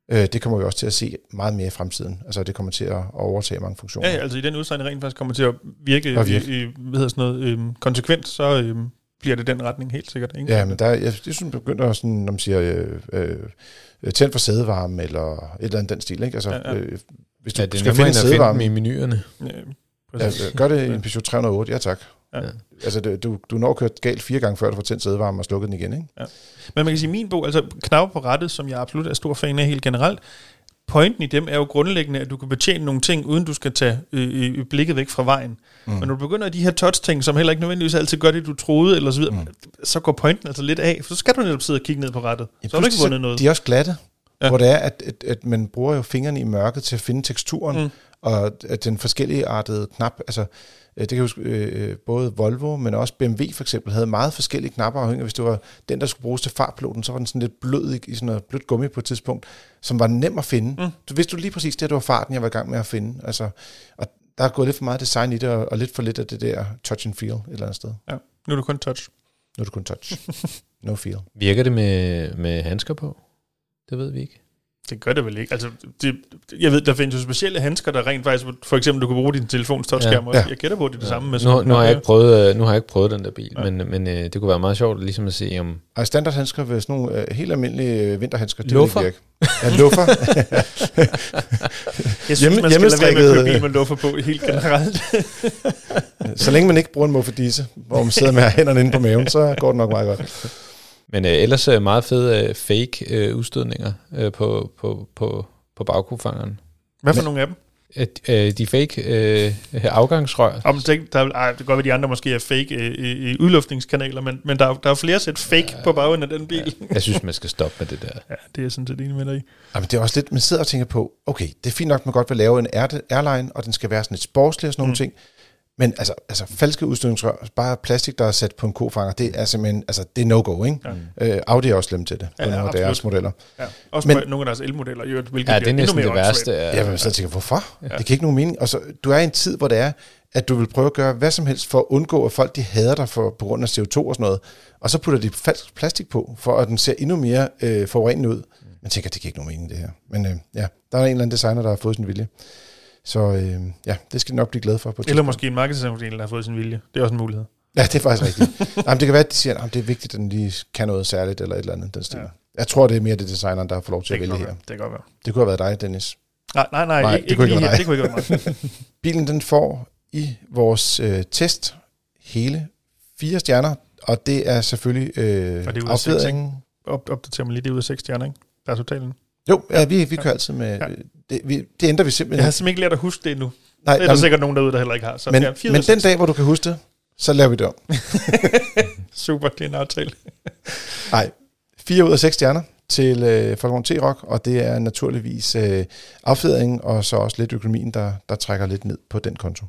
Det kommer vi også til at se meget mere i fremtiden. Altså det kommer til at overtage mange funktioner. Ja, altså i den udstrækning rent faktisk kommer til at virke. Konsekvent, så bliver det den retning helt sikkert. Ikke? Ja, men jeg synes, man begynder at sådan, når man siger tænd for sædevarme, eller et eller andet den stil, ikke? Altså, hvis du skal finde sædevarme i menuerne. Gør det i en Peugeot 308, ja tak. Ja. Altså, du når kørt galt 4 gange, før du får tændt sædevarme og slukket den igen, ikke? Ja. Men man kan sige, min bog, altså knapper på rattet, som jeg absolut er stor fan af helt generelt, pointen i dem er jo grundlæggende, at du kan betjene nogle ting, uden du skal tage blikket væk fra vejen. Men når du begynder de her touch-ting, som heller ikke nødvendigvis altid gør det, du troede, eller så videre, så går pointen altså lidt af, for så skal du netop sidde og kigge ned på rattet. Så har du ikke vundet noget. De er også glatte, hvor det er, at man bruger jo fingrene i mørket til at finde teksturen, og at den forskellige artede knap, altså det kan jeg huske, både Volvo, men også BMW for eksempel, havde meget forskellige knapper afhængig. Hvis det var den, der skulle bruges til fartpiloten, så var den sådan lidt blød i sådan noget blødt gummi på et tidspunkt, som var nem at finde. Så vidste du lige præcis det var farten, jeg var i gang med at finde. Altså, og der er gået lidt for meget design i det, og lidt for lidt af det der touch and feel et eller andet sted. Ja, nu er du kun touch. No feel. Virker det med handsker på? Det ved vi ikke. Det gør det vel ikke. Altså, jeg ved, der findes jo specielle handsker, der rent faktisk, for eksempel, du kan bruge din telefons touchskærm også. Jeg gætter på, det er det samme med sådan. Nu har jeg ikke prøvet den der bil, men det kunne være meget sjovt ligesom at se om... Og standardhandsker ved sådan nogle helt almindelige vinterhandsker, det luffer. Vil ikke virke. Ja, luffer. Jeg synes, man skal lade være med at køre bil med luffer på helt generelt. Så længe man ikke bruger en Mofedisse, hvor man sidder med hænderne inde på maven, så går det nok meget godt. Men ellers meget fede fake udstødninger på bagkofangeren. Hvad for nogle af dem? De fake afgangsrør. Det kan godt være, de andre måske er fake i udluftningskanaler, men der er flere sæt fake på bagenden af den bil. Jeg synes, man skal stoppe med det der. Ja, det er jeg sådan set enig med dig i. Jamen, det er også lidt, man sidder og tænker på, okay, det er fint nok, man godt vil lave en airline, og den skal være sådan lidt sportslig og sådan nogle ting. Men altså falske udstødningsrør, bare plastik, der er sat på en kofanger, det er simpelthen, altså det er no-go, ikke? Ja. Audi er også slemt til det, på nogle af deres modeller. Ja. Også på nogle af deres elmodeller, hvilket det er næsten det værste. Ja, men så tænker jeg, hvorfor? Ja. Det kan ikke nogen mening. Og så, du er i en tid, hvor det er, at du vil prøve at gøre hvad som helst for at undgå, at folk de hader dig på grund af CO2 og sådan noget. Og så putter de falsk plastik på, for at den ser endnu mere forurenende ud. Man tænker, det giver ikke nogen mening, det her. Men der er en eller anden designer, der har fået sin vilje. Så det skal de nok blive glade for. På eller måske en markedsafdeling, der har fået sin vilje. Det er også en mulighed. Ja, det er faktisk rigtigt. Jamen, det kan være, at de siger, at det er vigtigt, at den lige kan noget særligt, eller et eller andet den stil. Ja. Jeg tror, det er mere det designeren, der har fået lov til at vælge her. Det kan godt være. Det kunne have været dig, Dennis. Nej, det kunne ikke være mig. Bilen, den får i vores test hele 4 stjerner, og det er selvfølgelig affjedringen. Opdaterer man lige det ud af 6 stjerner, ikke? Der er totalen. Jo, ja, vi kører altid med... Ja. Det ændrer vi simpelthen. Jeg har simpelthen ikke lært at huske det endnu. Nej, det er der sikkert nogen derude, der heller ikke har. Så men den dag, hvor du kan huske det, så laver vi det om. Super, det er en aftale. Nej, 4 ud af 6 stjerner til Volkswagen T-Roc, og det er naturligvis affjedringen, og så også lidt økonomien, der trækker lidt ned på den konto.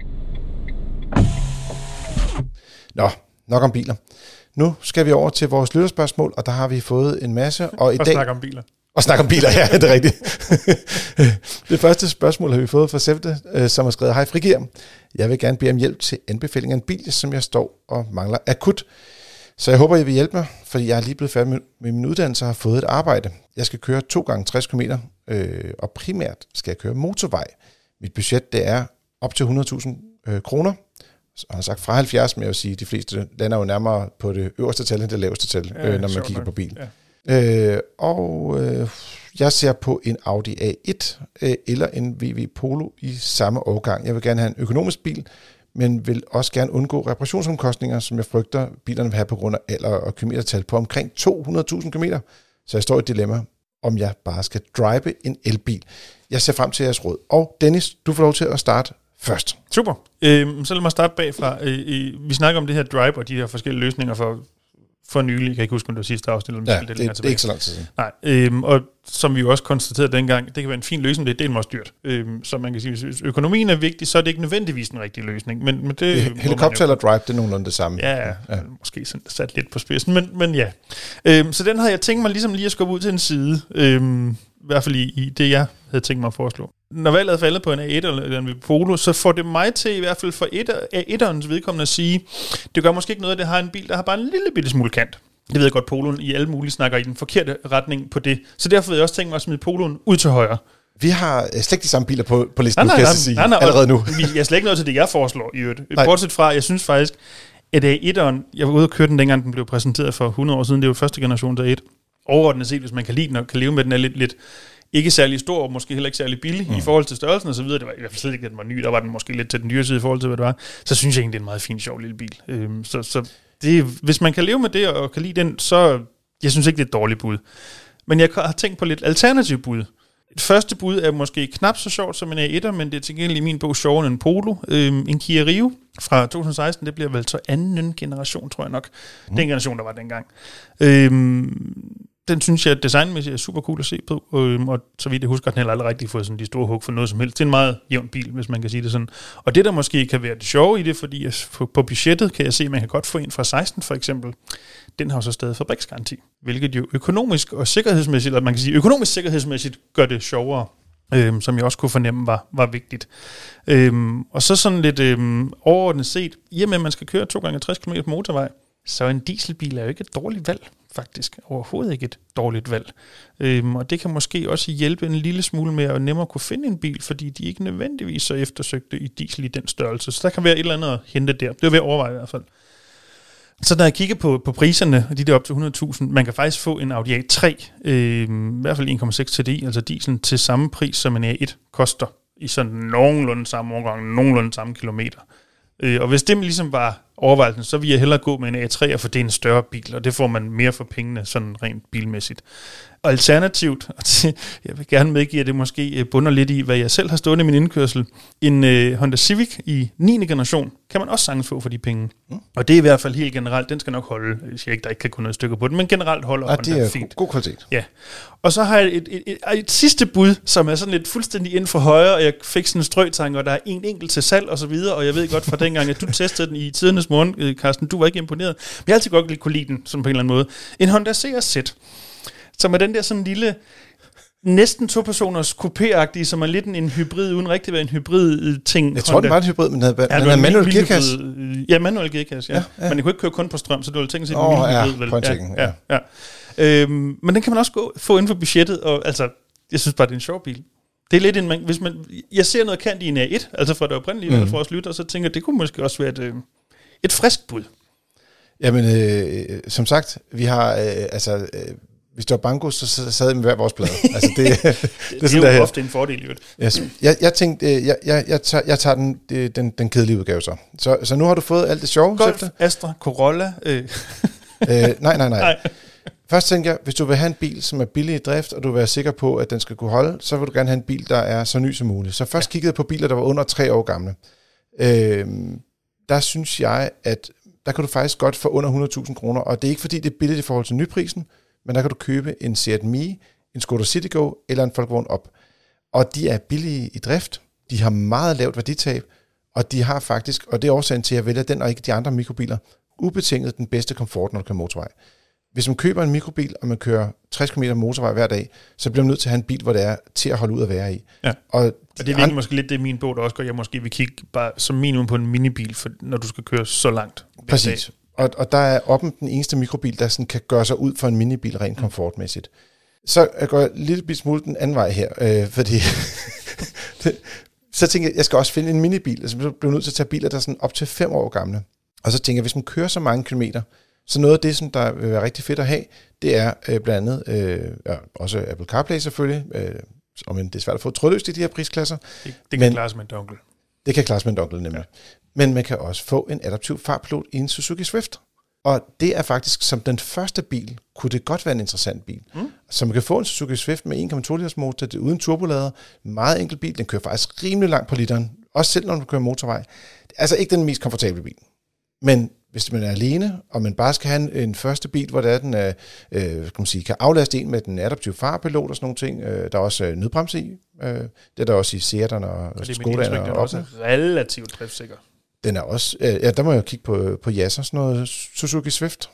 Nå, nok om biler. Nu skal vi over til vores lytterspørgsmål, og der har vi fået en masse. Og snakke om biler. Og snakke om biler, ja, det er rigtigt. Det første spørgsmål har vi fået fra Sæfte, som har skrevet: Hej Frigir, jeg vil gerne bede om hjælp til anbefaling af en bil, som jeg står og mangler akut. Så jeg håber, I vil hjælpe mig, fordi jeg er lige blevet færdig med min uddannelse og har fået et arbejde. Jeg skal køre 2 gange 60 km, og primært skal jeg køre motorvej. Mit budget, det er op til 100.000 kroner. Så han har sagt fra 70, men jeg vil sige, at de fleste lander jo nærmere på det øverste tal end det laveste tal, når man kigger på bil. Ja. Jeg ser på en Audi A1 eller en VW Polo i samme årgang. Jeg vil gerne have en økonomisk bil, men vil også gerne undgå reparationsomkostninger, som jeg frygter, bilerne vil have på grund af alder og kilometertal på omkring 200.000 km. Så jeg står i et dilemma, om jeg bare skal drive en elbil. Jeg ser frem til jeres råd. Og Dennis, du får lov til at starte først. Super. Så lad mig starte bagfra. Vi snakker om det her drive og de her forskellige løsninger for nylig. Jeg kan ikke huske, om det var sidste afsnit. Ja, det er ikke så lang tid siden. Nej, og som vi jo også konstaterede dengang, det kan være en fin løsning, det er også dyrt. Så man kan sige, hvis økonomien er vigtig, så er det ikke nødvendigvis en rigtig løsning. Men det helikopter eller drive, det er nogenlunde det samme. Ja. Måske sat lidt på spidsen, men ja. Så den havde jeg tænkt mig ligesom lige at skubbe ud til en side. I hvert fald i det, jeg havde tænkt mig at foreslå. Når valget er faldet på en A1 eller en Polo, så får det mig til, i hvert fald for A1'ernes vedkommende, at sige, det gør måske ikke noget, at det har en bil, der har bare en lille bitte smule kant. Det ved jeg godt, Poloen i alle mulige snakker i den forkerte retning på det. Så derfor vil jeg også tænke mig at smide Poloen ud til højre. Vi har slet ikke de samme biler på listen, kan jeg sige, allerede nu. Jeg er slet ikke noget til det, jeg foreslår i øvrigt. Bortset fra, jeg synes faktisk, at A1'eren, jeg var ude og køre den dengang, den blev præsenteret for 100 år siden, det var første generation af A1. Overordnet set, hvis man kan lide den og kan leve med den, er lidt ikke særlig stor, og måske heller ikke særlig billig i forhold til størrelsen og så videre. Det var i hvert fald slet ikke, at den var ny, der var den måske lidt til den dyre side i forhold til, hvad det var. Så synes jeg egentlig, det er en meget fin, sjov lille bil. Så det, hvis man kan leve med det og kan lide den, så jeg synes ikke, det er et dårligt bud. Men jeg har tænkt på lidt alternativ bud. Et første bud er måske knap så sjovt som en A1'er, men det er til gengæld i min bog sjovere end en Polo. En Kia Rio fra 2016, det bliver vel så anden generation, tror jeg nok. Den generation, der var dengang. Den synes jeg designmæssigt er super cool at se på, og så vidt jeg husker, den heller aldrig rigtig fået sådan de store hug for noget som helst. Det er en meget jævn bil, hvis man kan sige det sådan. Og det, der måske kan være det sjove i det, fordi på budgettet kan jeg se, at man kan godt få en fra 16 for eksempel. Den har jo så stadig fabriksgaranti, hvilket jo økonomisk og sikkerhedsmæssigt, eller man kan sige økonomisk sikkerhedsmæssigt, gør det sjovere, som jeg også kunne fornemme var vigtigt. Og så sådan lidt overordnet set, i og med at man skal køre 2 gange 60 km på motorvej, så en dieselbil er jo ikke et dårligt valg, faktisk. Overhovedet ikke et dårligt valg. Og det kan måske også hjælpe en lille smule med at nemmere kunne finde en bil, fordi de ikke nødvendigvis så eftersøgte i diesel i den størrelse. Så der kan være et eller andet at hente der. Det er ved at overveje i hvert fald. Så når jeg kigger på priserne, de der op til 100.000, man kan faktisk få en Audi A3, i hvert fald 1,6 TDI, altså diesel, til samme pris som en A1 koster, i sådan nogenlunde samme årgang, nogenlunde samme kilometer. Og hvis det ligesom var overvejelsen, så vil jeg hellere gå med en A3, for det er en større bil, og det får man mere for pengene, sådan rent bilmæssigt. Og alternativt, og jeg vil gerne medgive, at det måske bunder lidt i, hvad jeg selv har stående i min indkørsel, en Honda Civic i 9. generation, kan man også sagtens få for de penge. Og det er i hvert fald helt generelt, den skal nok holde, jeg siger ikke, der ikke kan kunne noget stykker på den, men generelt holder Honda det er fint. God kvalitet. Ja. Og så har jeg et sidste bud, som er sådan lidt fuldstændig inden for højre, og jeg fik sådan en strøtanke, og der er en enkelt til salg og så videre, og jeg ved godt fra dengang, at du testede den i tidernes morgen, Carsten, du var ikke imponeret, men jeg har altid godt kunne lide den, sådan på en eller anden måde. En Honda CRZ, som er den der sådan lille, næsten 2-personers coupé-agtige, som er lidt en hybrid, uden rigtig at være en hybrid-ting. Jeg tror, det var en hybrid, men den havde manuel gearkasse. Ja, manuel gearkasse, ja. Men den kunne ikke køre kun på strøm, så det var tænkt sig en mini-hybrid. Men den kan man også få inden for budgettet, og altså, jeg synes bare, det er en sjov bil. Det er lidt hvis man, jeg ser noget kant i en A1, altså fra det oprindelige, eller for os lytter, så tænker jeg, det kunne måske også være et frisk bud. Jamen, som sagt, vi har, hvis det var banko, så sad vi med hver vores plade. Altså, det er jo ofte en fordel, jo. Yes. Jeg tænkte, jeg tager den kedelige udgave så nu har du fået alt det sjove. Golf, Astra, Corolla. Nej. Først tænker jeg, hvis du vil have en bil, som er billig i drift, og du vil være sikker på, at den skal kunne holde, så vil du gerne have en bil, der er så ny som muligt. Så først kiggede jeg på biler, der var under 3 år gamle. Der synes jeg, at der kan du faktisk godt få under 100.000 kroner, og det er ikke fordi, det er billigt i forhold til nyprisen, men der kan du købe en Seat Mii, en Skoda Citigo eller en Volkswagen Up. Og de er billige i drift, de har meget lavt værditab, og de har faktisk, og det er årsagen til, at jeg vælger den og ikke de andre mikrobiler, ubetinget den bedste komfort, når du kører motorvej. Hvis man køber en mikrobil, og man kører 60 km motorvej hver dag, så bliver man nødt til at have en bil, hvor det er til at holde ud at være i. Ja. Og det er måske lidt det min bog, der også gør, jeg måske vil kigge bare som minimum på en minibil, for når du skal køre så langt. Præcis. Og der er Oppen den eneste mikrobil, der sådan kan gøre sig ud for en minibil rent komfortmæssigt. Så jeg går en lille smule den anden vej her, fordi så tænker jeg skal også finde en minibil. Altså, jeg bliver nødt til at tage biler, der er sådan op til 5 år gamle. Og så tænker jeg, hvis man kører så mange kilometer, så noget af det, som der vil være rigtig fedt at have, det er blandt andet også Apple CarPlay selvfølgelig, men det er svært at få trådløst i de her prisklasser. Det kan klares med en dongle. Det kan klares med en dongle, nemlig. Ja. Men man kan også få en adaptiv fartpilot i en Suzuki Swift. Og det er faktisk, som den første bil, kunne det godt være en interessant bil. Så man kan få en Suzuki Swift med 1,2 liters motor, det er uden turbolader, meget enkel bil, den kører faktisk rimelig langt på literen, også selv når du kører motorvej. Det er altså ikke den mest komfortable bil. Men hvis man er alene, og man bare skal have en første bil, hvor den kan aflaste en med den adaptive fartpilot og sådan nogle ting. Der er også nødbremse i. Det er der også i Seat'erne og Skoda'erne. Den er også relativt driftssikker. Den er også, der må jeg kigge på Yasser, sådan noget Suzuki Swift.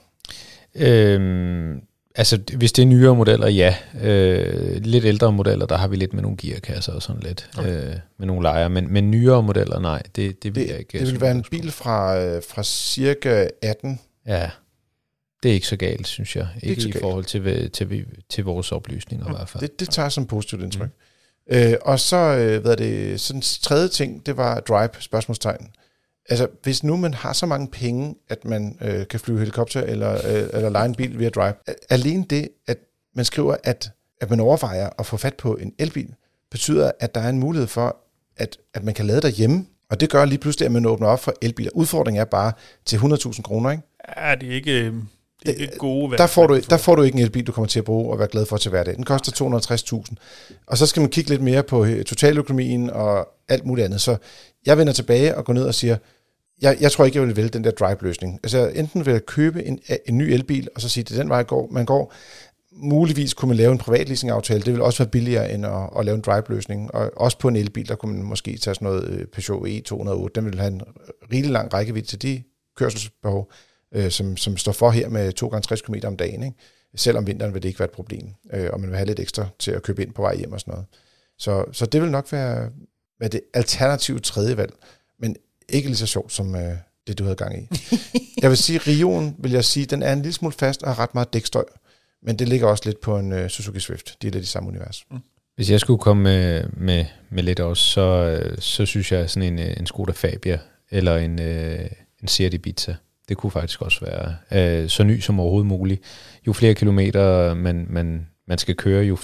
Altså, hvis det er nyere modeller, ja. Lidt ældre modeller, der har vi lidt med nogle gearkasser og sådan lidt, med nogle lejer. Men nyere modeller, nej, det vil jeg ikke. Det vil være en bil fra cirka 18. Ja. Det er ikke så galt, synes jeg. Ikke i forhold til vores oplysninger i hvert fald. Det tager som positivt indtryk. Og så, sådan tredje ting, det var drive, spørgsmålstegn. Altså, hvis nu man har så mange penge, at man kan flyve helikopter eller leje en bil via drive, alene det, at man skriver, at man overvejer at få fat på en elbil, betyder, at der er en mulighed for, at man kan lade derhjemme, og det gør lige pludselig, at man åbner op for elbiler. Udfordringen er bare til 100.000 kroner, ikke? Ja, det er ikke gode. Der får du ikke en elbil, du kommer til at bruge og være glad for til hverdag. Den koster 260.000. Og så skal man kigge lidt mere på totaløkonomien og alt muligt andet. Så jeg vender tilbage og går ned og siger, jeg tror ikke, jeg vil vælge den der drive-løsning. Altså enten vil jeg købe en ny elbil, og så sige, det er den vej, man går. Muligvis kunne man lave en privatleasingaftale. Det vil også være billigere end at lave en drive-løsning. Og også på en elbil, der kunne man måske tage sådan noget Peugeot E208. Den vil have en rigtig lang rækkevidde til de kørselsbehov, som står for her med 2 gange 60 km om dagen. Ikke? Selv om vinteren vil det ikke være et problem. Og man vil have lidt ekstra til at købe ind på vej hjem og sådan noget. Så det vil nok være det alternative tredje valg. Men ikke lige så sjovt som det, du havde gang i. Jeg vil sige, Rioen, den er en lille smule fast og har ret meget dækstøj. Men det ligger også lidt på en Suzuki Swift. De er lidt i samme univers. Hvis jeg skulle komme med lidt også, så synes jeg sådan en Skoda Fabia eller en Seat Ibiza. Det kunne faktisk også være så ny som overhovedet muligt. Jo flere kilometer man skal køre, jo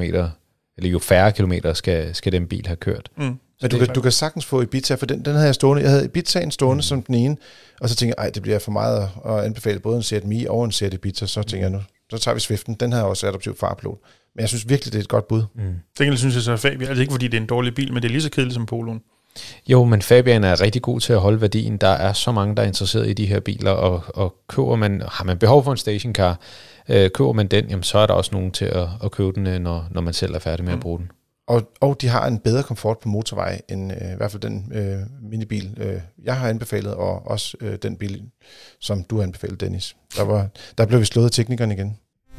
færre kilometer skal den bil have kørt. Så du kan sagtens få Ibiza, for den havde jeg stående. Jeg havde Ibizaen stående som den ene, og så tænkte jeg, det bliver for meget at anbefale både en Seat Mii og en Seat Ibiza. Så tænker jeg nu, så tager vi Swiften. Den har også adaptiv farpilot. Men jeg synes virkelig, det er et godt bud. Tænker, synes jeg så er Fabia. Altså ikke fordi det er en dårlig bil, men det er lige så kedeligt som Poloen. Jo, men Fabian er rigtig god til at holde værdien. Der er så mange, der er interesseret i de her biler, og har man behov for en stationcar, køber man den, jamen, så er der også nogen til at købe den, når man selv er færdig med at bruge den. Og de har en bedre komfort på motorvej, end i hvert fald den minibil, jeg har anbefalet, og også den bil, som du har anbefalet, Dennis. Der blev vi slået af teknikeren igen.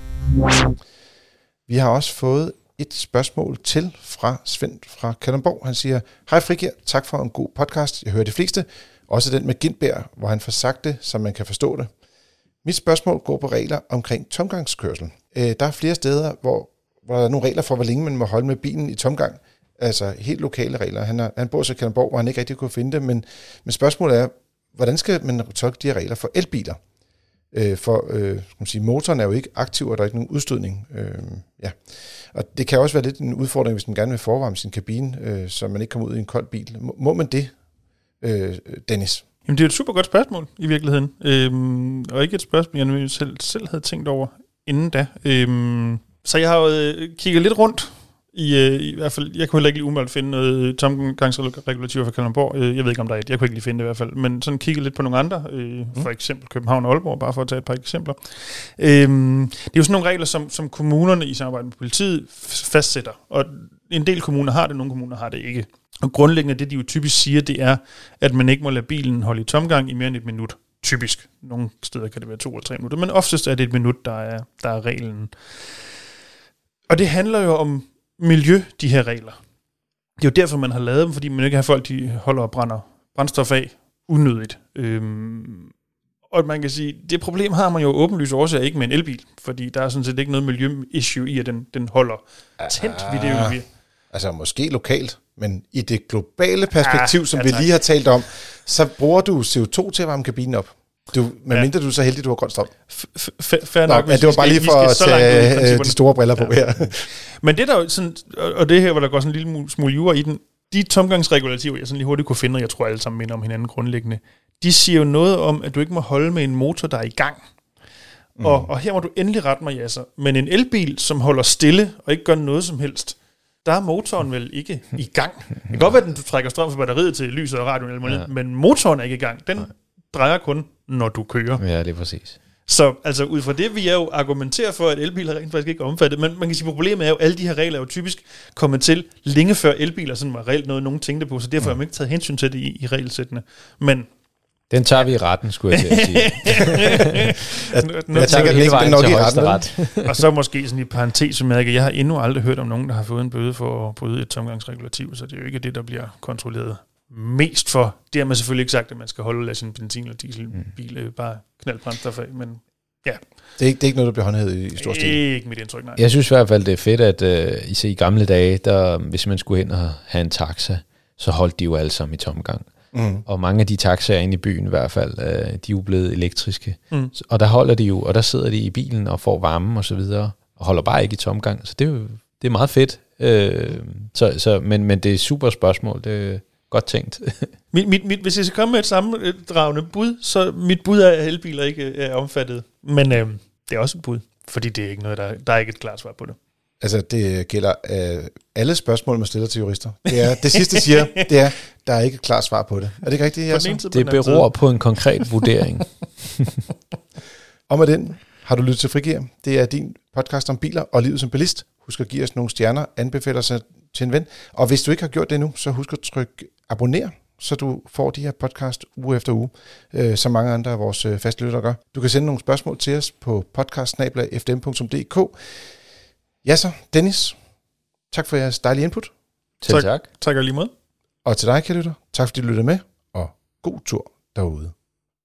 Vi har også fået et spørgsmål til fra Svend fra Kalundborg. Han siger, hej Frikær, tak for en god podcast. Jeg hører de fleste, også den med Gintberg, hvor han får sagt det, så man kan forstå det. Mit spørgsmål går på regler omkring tomgangskørsel. Der er flere steder, hvor der er nogle regler for, hvor længe man må holde med bilen i tomgang. Altså helt lokale regler. Han bor i Kalundborg, hvor han ikke rigtig kunne finde det, men spørgsmålet er, hvordan skal man tolke de her regler for elbiler? Motoren er jo ikke aktiv, og der er ikke nogen udstødning. Og det kan også være lidt en udfordring, hvis man gerne vil forvarme sin kabine, så man ikke kommer ud i en kold bil. Må man det, Dennis? Jamen, det er et super godt spørgsmål i virkeligheden. Og ikke et spørgsmål, jeg selv havde tænkt over inden da. Så jeg har jo kigget lidt rundt i hvert fald. Jeg kunne heller ikke lige umiddelbart finde noget tomgangsregulativer for Kalundborg. Jeg ved ikke, om der er et. Jeg kunne ikke lige finde det i hvert fald. Men sådan kigget lidt på nogle andre. For eksempel København og Aalborg, bare for at tage et par eksempler. Det er jo sådan nogle regler, som kommunerne i samarbejde med politiet fastsætter. Og en del kommuner har det, nogle kommuner har det ikke. Og grundlæggende det, de jo typisk siger, det er, at man ikke må lade bilen holde i tomgang i mere end 1 minut. Typisk. Nogle steder kan det være 2 eller 3 minutter. Men oftest er det 1 minut, der er reglen. Og det handler jo om miljø, de her regler. Det er jo derfor, man har lavet dem, fordi man ikke har folk, de holder og brænder brændstof af unødigt. Og man kan sige, det problem har man jo åbenlyst også ikke med en elbil, fordi der er sådan set ikke noget miljø-issue i, at den holder tændt ved det. Altså måske lokalt, men i det globale perspektiv, som vi lige har talt om, så bruger du CO2 til at varme kabinen op. Mindre du er så heldig, du har grøn strøm. Fair nok. Det var bare lige for at tage de store briller på her. Men det der jo sådan, og det her, hvor der går sådan en lille smule jura i den, de tomgangsregulativer, jeg sådan lige hurtigt kunne finde, og jeg tror alle sammen minder om hinanden grundlæggende, de siger jo noget om, at du ikke må holde med en motor, der er i gang. Og her må du endelig rette mig, Jasser. Men en elbil, som holder stille og ikke gør noget som helst, der er motoren vel ikke i gang. Det kan godt være, at du trækker strøm fra batteriet til lyset og radioen, men motoren er ikke i gang. Den drejer kun, når du kører. Ja, det er præcis. Så altså ud fra det, vi er jo argumenterer for, at elbiler rent faktisk ikke er omfattet. Men man kan sige, problemet er jo, at alle de her regler er jo typisk kommet til længe før elbiler sådan var reelt noget, nogen tænkte på. Så derfor har man ikke taget hensyn til det i regelsættene. Men den tager vi i retten, skulle jeg til at sige. jeg tænker, hele vejen nok i retten. Og så måske sådan i parentes, som jeg har endnu aldrig hørt om nogen, der har fået en bøde for at bryde et tomgangsregulativ, så det er jo ikke det, der bliver kontrolleret mest for. Det har man selvfølgelig ikke sagt, at man skal holde af sin benzin- eller dieselbil bare knald brændstof af, men Ja. Det er ikke noget, der bliver håndhævet i stor stil. Ikke mit indtryk, nej. Jeg synes i hvert fald, det er fedt, at i gamle dage, der, hvis man skulle hen og have en taxa, så holdt de jo alle sammen i tomgang. Og mange af de taxaer inde i byen i hvert fald, de er jo blevet elektriske. Og der holder de jo, og der sidder de i bilen og får varme og så videre, og holder bare ikke i tomgang. Så det er meget fedt. Men det er et super spørgsmål. Det er godt tænkt. Hvis jeg skal komme med et sammendragende bud, så mit bud er, at elbiler ikke er omfattet. Men det er også et bud, fordi det er ikke noget, der er ikke et klart svar på det. Altså, det gælder alle spørgsmål, man stiller til jurister. Det sidste siger, det er, der er ikke et klart svar på det. Er det ikke rigtigt, Jasser? Det beror på en konkret vurdering. Og med den har du lyttet til Frigir. Det er din podcast om biler og livet som bilist. Husk at give os nogle stjerner, anbefale os til en ven. Og hvis du ikke har gjort det endnu, så husk at trykke abonner, så du får de her podcast uge efter uge, som mange andre af vores fastlyttere gør. Du kan sende nogle spørgsmål til os på podcast@fdm.dk. Jasser, Dennis, tak for jeres dejlige input. Tak. Tak og lige måde. Og til dig, kære lytter, tak fordi du lyttede med, og god tur derude.